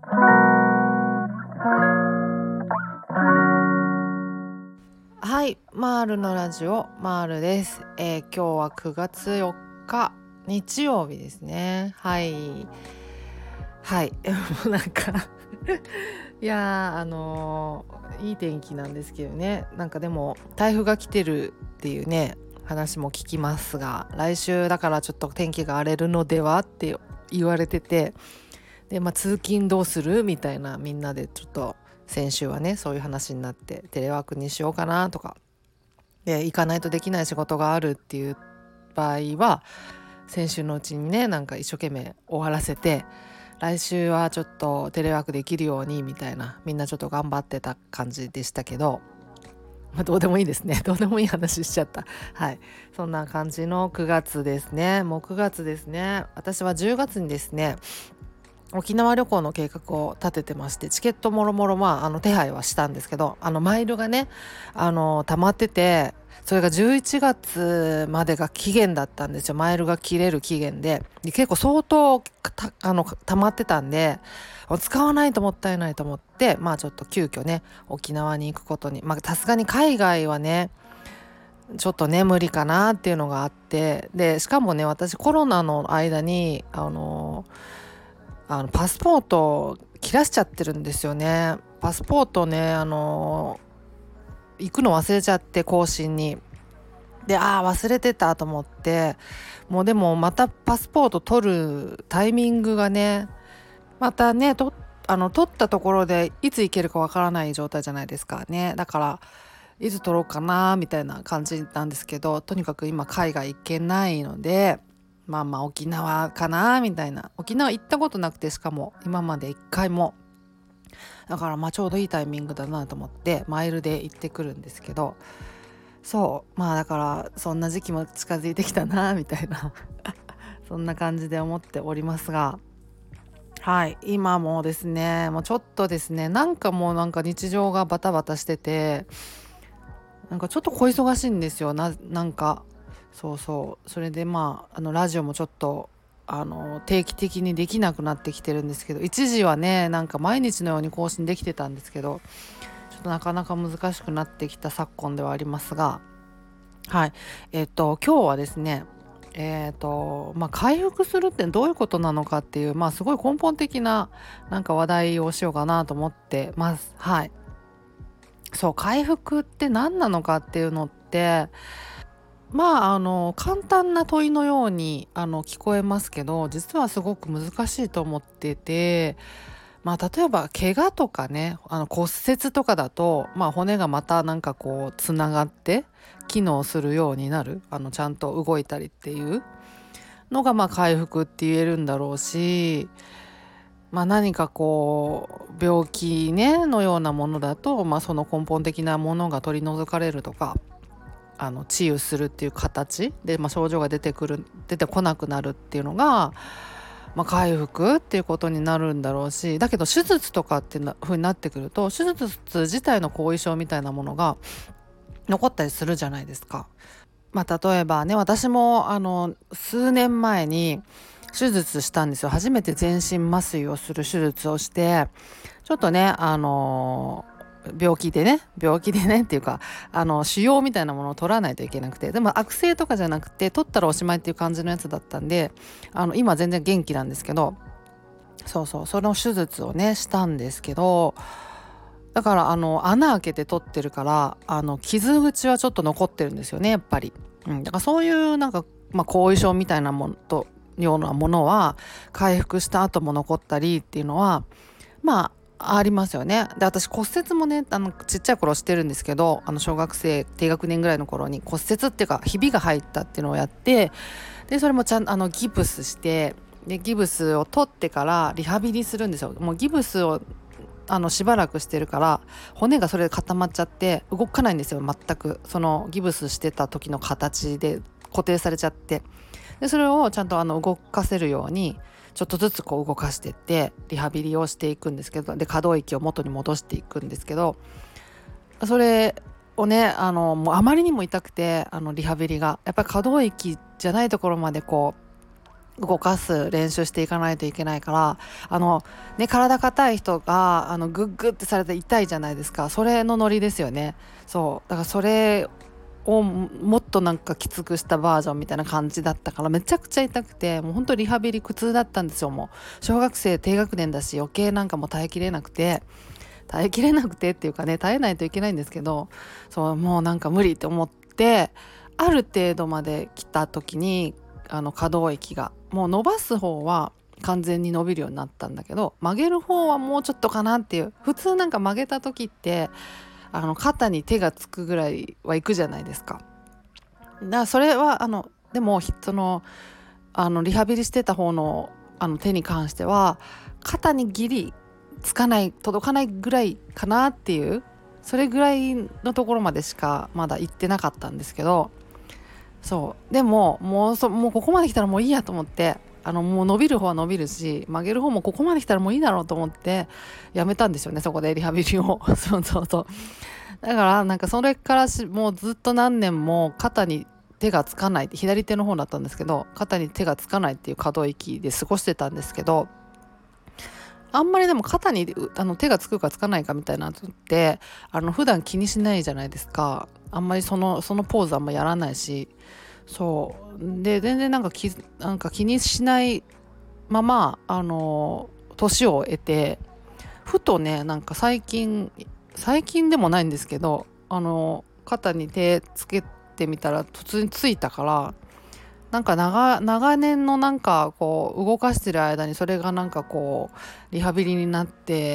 はい、マールのラジオマールです。今日は9月4日日曜日ですね。はいはい。もうなんかいやいい天気なんですけどね。なんかでも台風が来てるっていうね話も聞きますが、来週だからちょっと天気が荒れるのではって言われてて、で通勤どうするみたいな、みんなでちょっと先週はねそういう話になって、テレワークにしようかなとかで、行かないとできない仕事があるっていう場合は先週のうちにねなんか一生懸命終わらせて、来週はちょっとテレワークできるようにみたいな、みんなちょっと頑張ってた感じでしたけど、どうでもいいですね。どうでもいい話しちゃった。はい、そんな感じの9月ですね。もう9月ですね。私は10月にですね沖縄旅行の計画を立ててまして、チケットもろもろ手配はしたんですけど、マイルがね溜まってて、それが11月までが期限だったんですよ。マイルが切れる期限で結構相当溜まってたんで、使わないともったいないと思って、ちょっと急遽ね沖縄に行くことに、さすがに海外はねちょっとね無理かなっていうのがあって、でしかもね私コロナの間にパスポートを切らしちゃってるんですよね。パスポートね行くの忘れちゃって、更新に。で忘れてたと思って、もうでもまたパスポート取るタイミングがねまたね取ったところでいつ行けるかわからない状態じゃないですかね。だからいつ取ろうかなみたいな感じなんですけど、とにかく今海外行けないので、沖縄かなみたいな。沖縄行ったことなくて、しかも今まで一回も。だからちょうどいいタイミングだなと思ってマイルで行ってくるんですけど、そうだからそんな時期も近づいてきたなみたいなそんな感じで思っておりますが、はい、今もですねもうちょっとですねもう日常がバタバタしてて、ちょっと小忙しいんですよ。それでラジオもちょっと定期的にできなくなってきてるんですけど、一時はね毎日のように更新できてたんですけど、ちょっとなかなか難しくなってきた昨今ではありますが、はい、今日はですね回復するってどういうことなのかっていう、すごい根本的な話題をしようかなと思ってます。はい。そう、回復って何なのかっていうのって、簡単な問いのように聞こえますけど、実はすごく難しいと思ってて、例えば怪我とかね骨折とかだと、骨がまたつながって機能するようになる、ちゃんと動いたりっていうのが回復って言えるんだろうし、何か病気ねのようなものだと、その根本的なものが取り除かれるとか、治癒するっていう形で、症状が出てこなくなるっていうのが、回復っていうことになるんだろうし、だけど手術とかって風になってくると、手術自体の後遺症みたいなものが残ったりするじゃないですか。例えばね、私も数年前に手術したんですよ。初めて全身麻酔をする手術をして、ちょっとね病気でねっていうか腫瘍みたいなものを取らないといけなくて、でも悪性とかじゃなくて取ったらおしまいっていう感じのやつだったんで、今全然元気なんですけど、その手術をねしたんですけど、だから穴開けて取ってるから傷口はちょっと残ってるんですよね、やっぱり。だからそういう後遺症みたいなものとようなものは回復した後も残ったりっていうのはありますよね。で、私骨折もねちっちゃい頃してるんですけど、小学生低学年ぐらいの頃に骨折っていうかひびが入ったっていうのをやって、でそれもちゃんとギブスして、でギブスを取ってからリハビリするんですよ。もうギブスをしばらくしてるから骨がそれで固まっちゃって動かないんですよ、全く。そのギブスしてた時の形で固定されちゃって、でそれをちゃんと動かせるようにちょっとずつ動かしていってリハビリをしていくんですけど、で可動域を元に戻していくんですけど、それをねもうあまりにも痛くてリハビリがやっぱり可動域じゃないところまで動かす練習していかないといけないから、体硬い人がグッグってされて痛いじゃないですか。それのノリですよね。そうだからそれをもっとなんかきつくしたバージョンみたいな感じだったから、めちゃくちゃ痛くて、もう本当リハビリ苦痛だったんですよ。もう小学生低学年だし、余計なんかもう耐えきれなくてっていうかね、耐えないといけないんですけど、そうもうなんか無理って思って、ある程度まで来た時に可動域がもう伸ばす方は完全に伸びるようになったんだけど、曲げる方はもうちょっとかなっていう。普通なんか曲げた時って肩に手がつくぐらいはいくじゃないですか。だからそれはでもリハビリしてた方の手に関しては肩にギリつかない届かないぐらいかなっていう、それぐらいのところまでしかまだ行ってなかったんですけど、そうでももうここまで来たらもういいやと思って、もう伸びる方は伸びるし、曲げる方もここまで来たらもういいだろうと思ってやめたんですよね、そこでリハビリをそうそうそう。だからなんかそれからもうずっと何年も肩に手がつかないって、左手の方だったんですけど、肩に手がつかないっていう可動域で過ごしてたんですけど、あんまりでも肩に手がつくかつかないかみたいなのって普段気にしないじゃないですか。あんまりそのポーズあんまやらないし、そうで全然なんか気にしないまま年を得て、ふとねなんか最近でもないんですけど、肩に手つけてみたら突然ついたから、なんか長年のなんかこう動かしてる間にそれがなんかこうリハビリになって、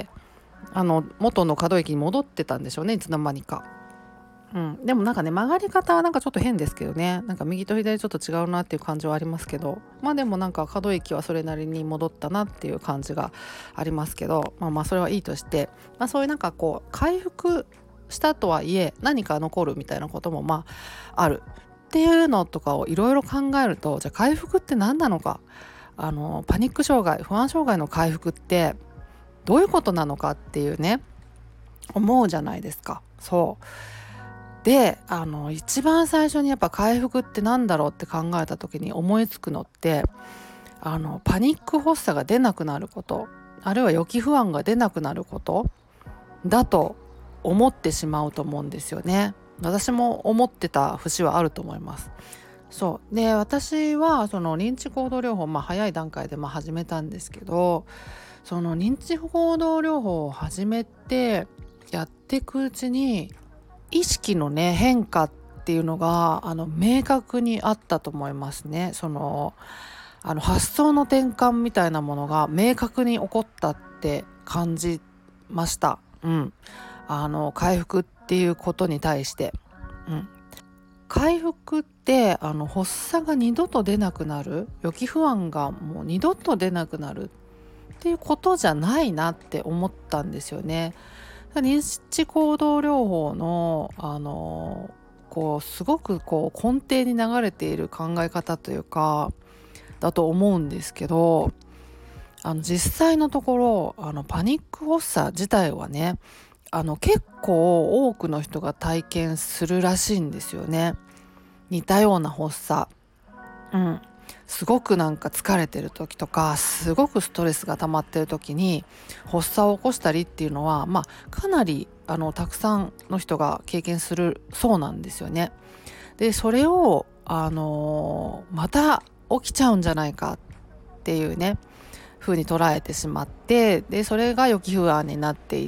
元の可動域に戻ってたんでしょうね、いつの間にか。でもなんかね、曲がり方はなんかちょっと変ですけどね、なんか右と左ちょっと違うなっていう感じはありますけど、まあでもなんか可動域はそれなりに戻ったなっていう感じがありますけど、まあそれはいいとして、そういうなんかこう回復したとはいえ何か残るみたいなこともあるっていうのとかをいろいろ考えると、じゃあ回復って何なのか、パニック障害不安障害の回復ってどういうことなのかっていうね、思うじゃないですか。そうで一番最初にやっぱ回復ってなんだろうって考えた時に思いつくのって、パニック発作が出なくなること、あるいは予期不安が出なくなることだと思ってしまうと思うんですよね。私も思ってた節はあると思います。そうで、私はその認知行動療法、早い段階で始めたんですけど、その認知行動療法を始めてやっていくうちに意識のね変化っていうのが明確にあったと思いますね。発想の転換みたいなものが明確に起こったって感じました。回復っていうことに対して、回復って発作が二度と出なくなる、予期不安がもう二度と出なくなるっていうことじゃないなって思ったんですよね。認知行動療法のこうすごくこう根底に流れている考え方というかだと思うんですけど、実際のところパニック発作自体はね結構多くの人が体験するらしいんですよね。似たような発作、すごくなんか疲れてる時とかすごくストレスが溜まってる時に発作を起こしたりっていうのは、かなりたくさんの人が経験するそうなんですよね。でそれをまた起きちゃうんじゃないかっていうね風に捉えてしまって、でそれが予期不安になっていって、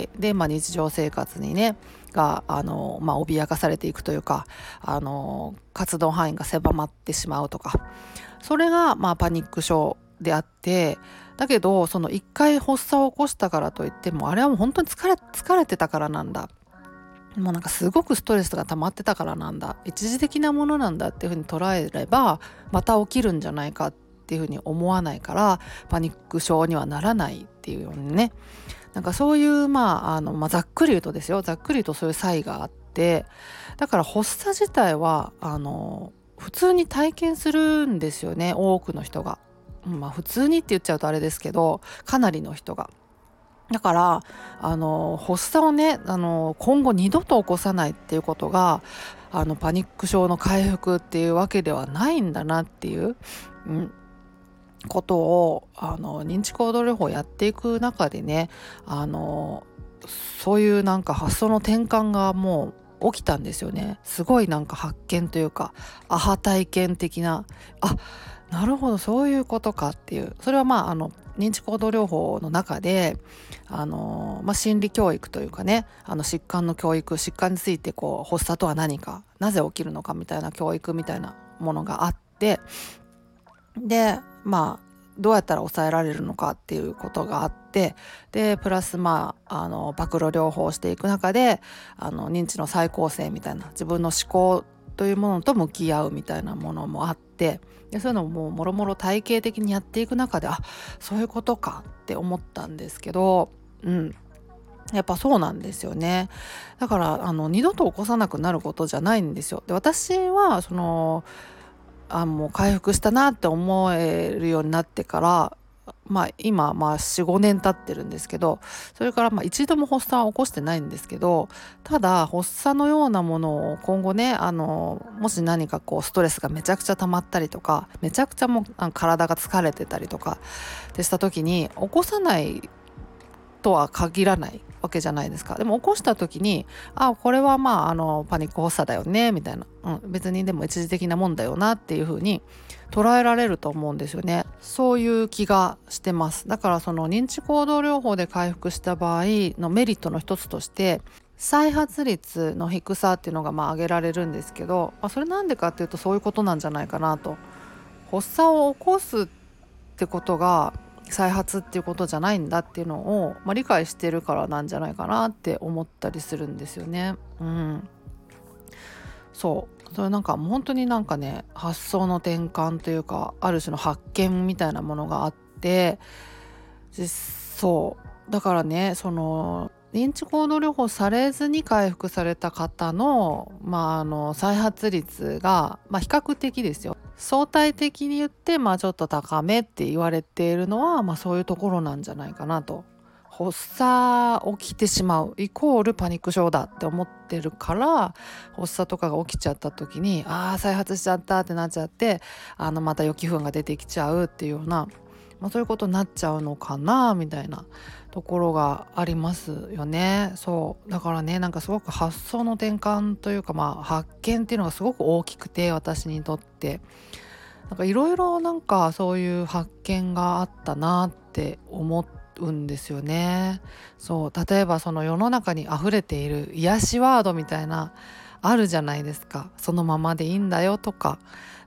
で、日常生活にねが脅かされていくというか活動範囲が狭まってしまうとか、それがパニック症であって、だけどその一回発作を起こしたからといってもあれはもう本当に疲れてたからなんだ、もうなんかすごくストレスが溜まってたからなんだ、一時的なものなんだっていうふうに捉えればまた起きるんじゃないかっていうふうに思わないからパニック症にはならないっていうようにね、なんかそういうざっくり言うとですよ、ざっくり言うとそういう差異があって、だから発作自体は普通に体験するんですよね、多くの人が。普通にって言っちゃうとあれですけどかなりの人が。だから発作をね今後二度と起こさないっていうことがパニック症の回復っていうわけではないんだなっていう、 ことを認知行動療法をやっていく中でね、そういうなんか発想の転換がもう起きたんですよね。すごいなんか発見というかアハ体験的な、あ、なるほどそういうことかっていう。それは認知行動療法の中で心理教育というかね、疾患の教育、疾患について発作とは何か、なぜ起きるのかみたいな教育みたいなものがあって、でどうやったら抑えられるのかっていうことがあって、でプラス暴露療法をしていく中で認知の再構成みたいな、自分の思考というものと向き合うみたいなものもあって、でそういうのももろもろ体系的にやっていく中で、そういうことかって思ったんですけど、やっぱそうなんですよね。だから二度と起こさなくなることじゃないんですよ。で私はもう回復したなって思えるようになってから、今4、5年経ってるんですけど、それから一度も発作は起こしてないんですけど、ただ発作のようなものを今後ね、もし何かストレスがめちゃくちゃ溜まったりとか、めちゃくちゃもう体が疲れてたりとかってした時に起こさないとは限らないわけじゃないですか。でも起こした時に、これはパニック発作だよねみたいな、別にでも一時的なもんだよなっていう風に捉えられると思うんですよね。そういう気がしてます。だからその認知行動療法で回復した場合のメリットの一つとして、再発率の低さっていうのが挙げられるんですけど、それなんでかっていうとそういうことなんじゃないかなと。発作を起こすってことが再発っていうことじゃないんだっていうのを、理解してるからなんじゃないかなって思ったりするんですよね。それもう本当にね、発想の転換というか、ある種の発見みたいなものがあって、だからね、認知行動療法されずに回復された方の、再発率が、比較的ですよ、相対的に言って、ちょっと高めって言われているのは、そういうところなんじゃないかなと。発作起きてしまうイコールパニック症だって思ってるから、発作とかが起きちゃった時に再発しちゃったってなっちゃって、また予期不安が出てきちゃうっていうような、そういうことになっちゃうのかなみたいなところがありますよね。そうだからね、すごく発想の転換というか、発見っていうのがすごく大きくて、私にとっていろいろそういう発見があったなって思うんですよね。例えばその世の中に溢れている癒しワードみたいなあるじゃないですか。そのままでいいんだよとか、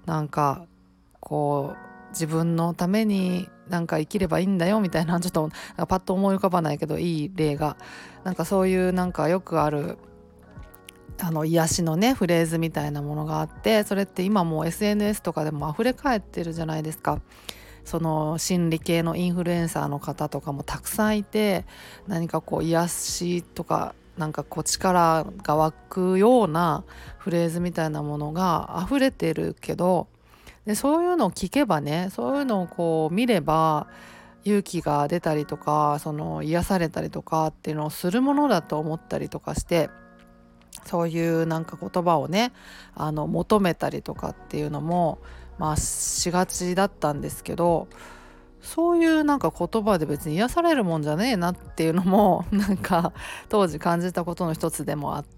自分のために生きればいいんだよみたいな、ちょっとパッと思い浮かばないけどいい例が、そういうよくある癒しのねフレーズみたいなものがあって、それって今もう SNS とかでも溢れ返ってるじゃないですか。その心理系のインフルエンサーの方とかもたくさんいて、何か癒しとか力が湧くようなフレーズみたいなものが溢れてるけど、でそういうのを聞けばね、そういうのを見れば勇気が出たりとか、癒されたりとかっていうのをするものだと思ったりとかして、そういう言葉をね求めたりとかっていうのもしがちだったんですけど、そういう言葉で別に癒されるもんじゃねえなっていうのも当時感じたことの一つでもあって、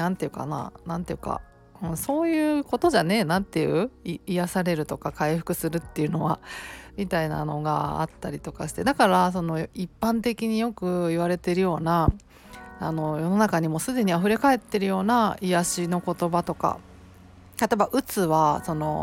そういうことじゃねえなっていう、癒されるとか回復するっていうのはみたいなのがあったりとかして、だから一般的によく言われてるような世の中にもすでに溢れ返ってるような癒しの言葉とか、例えばうつは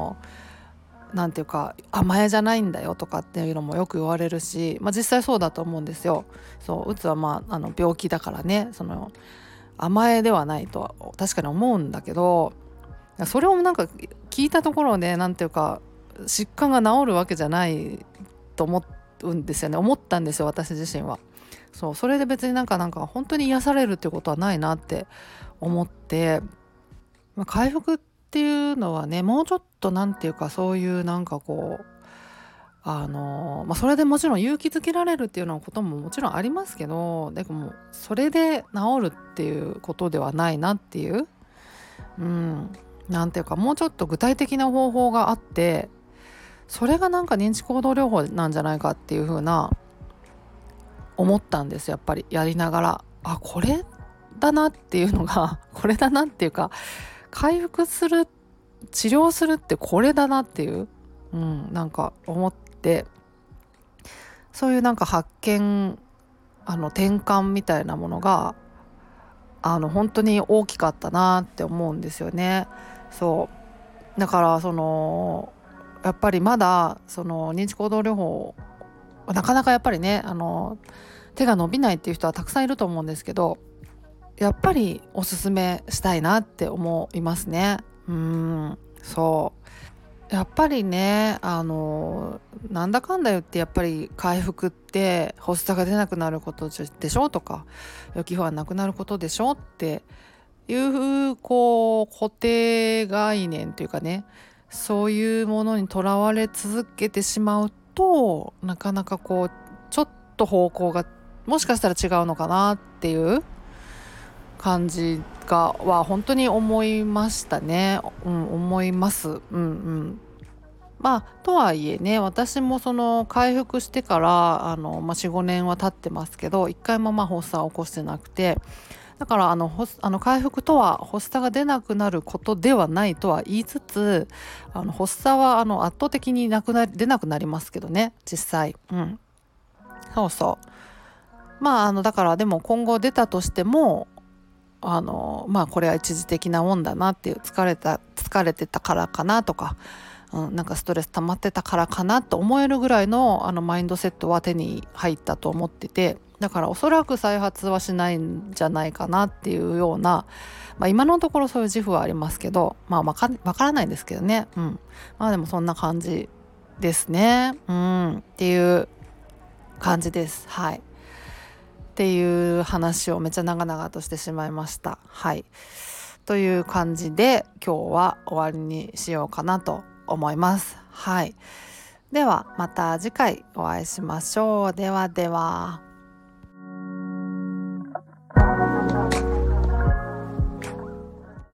甘えじゃないんだよとかっていうのもよく言われるし、実際そうだと思うんですよ。うつは病気だからね、甘えではないとは確かに思うんだけど、それを聞いたところで疾患が治るわけじゃないと思うんですよね。思ったんですよ、私自身は。それで別に本当に癒されるっていうことはないなって思って、回復っていうのはね、もうちょっとそういうそれでもちろん勇気づけられるっていうようなことももちろんありますけど、でもそれで治るっていうことではないなっていう、もうちょっと具体的な方法があって、 それがなんか認知行動療法なんじゃないかっていう風な思ったんです。やっぱりやりながら、これだなっていうのがこれだなっていうか、回復する、治療するってこれだなっていう、なんか思って、そういうなんか発見、転換みたいなものが本当に大きかったなって思うんですよね。そうだからやっぱりまだその認知行動療法なかなかやっぱりね手が伸びないっていう人はたくさんいると思うんですけど、やっぱりおすすめしたいなって思いますね。やっぱりねなんだかんだ言ってやっぱり回復って発作が出なくなることでしょとか、予期不安なくなることでしょっていう固定概念というかね、そういうものにとらわれ続けてしまうと、なかなかちょっと方向がもしかしたら違うのかなっていう感じは本当に思いましたね。思います。とはいえね、私もその回復してから4、5年は経ってますけど、一回も発作を起こしてなくて、だから回復とは発作が出なくなることではないとは言いつつ、発作は圧倒的に出なくなりますけどね、実際。そうそう。だからでも今後出たとしてもこれは一時的なもんだなっていう、疲れてたからかなとか、なんかストレス溜まってたからかなと思えるぐらいのマインドセットは手に入ったと思ってて、だからおそらく再発はしないんじゃないかなっていうような、今のところそういう自負はありますけど、わからないですけどね。でもそんな感じですね。っていう感じです。はい。っていう話をめっちゃ長々としてしまいました。はい。という感じで今日は終わりにしようかなと思います。はい。ではまた次回お会いしましょう。ではでは。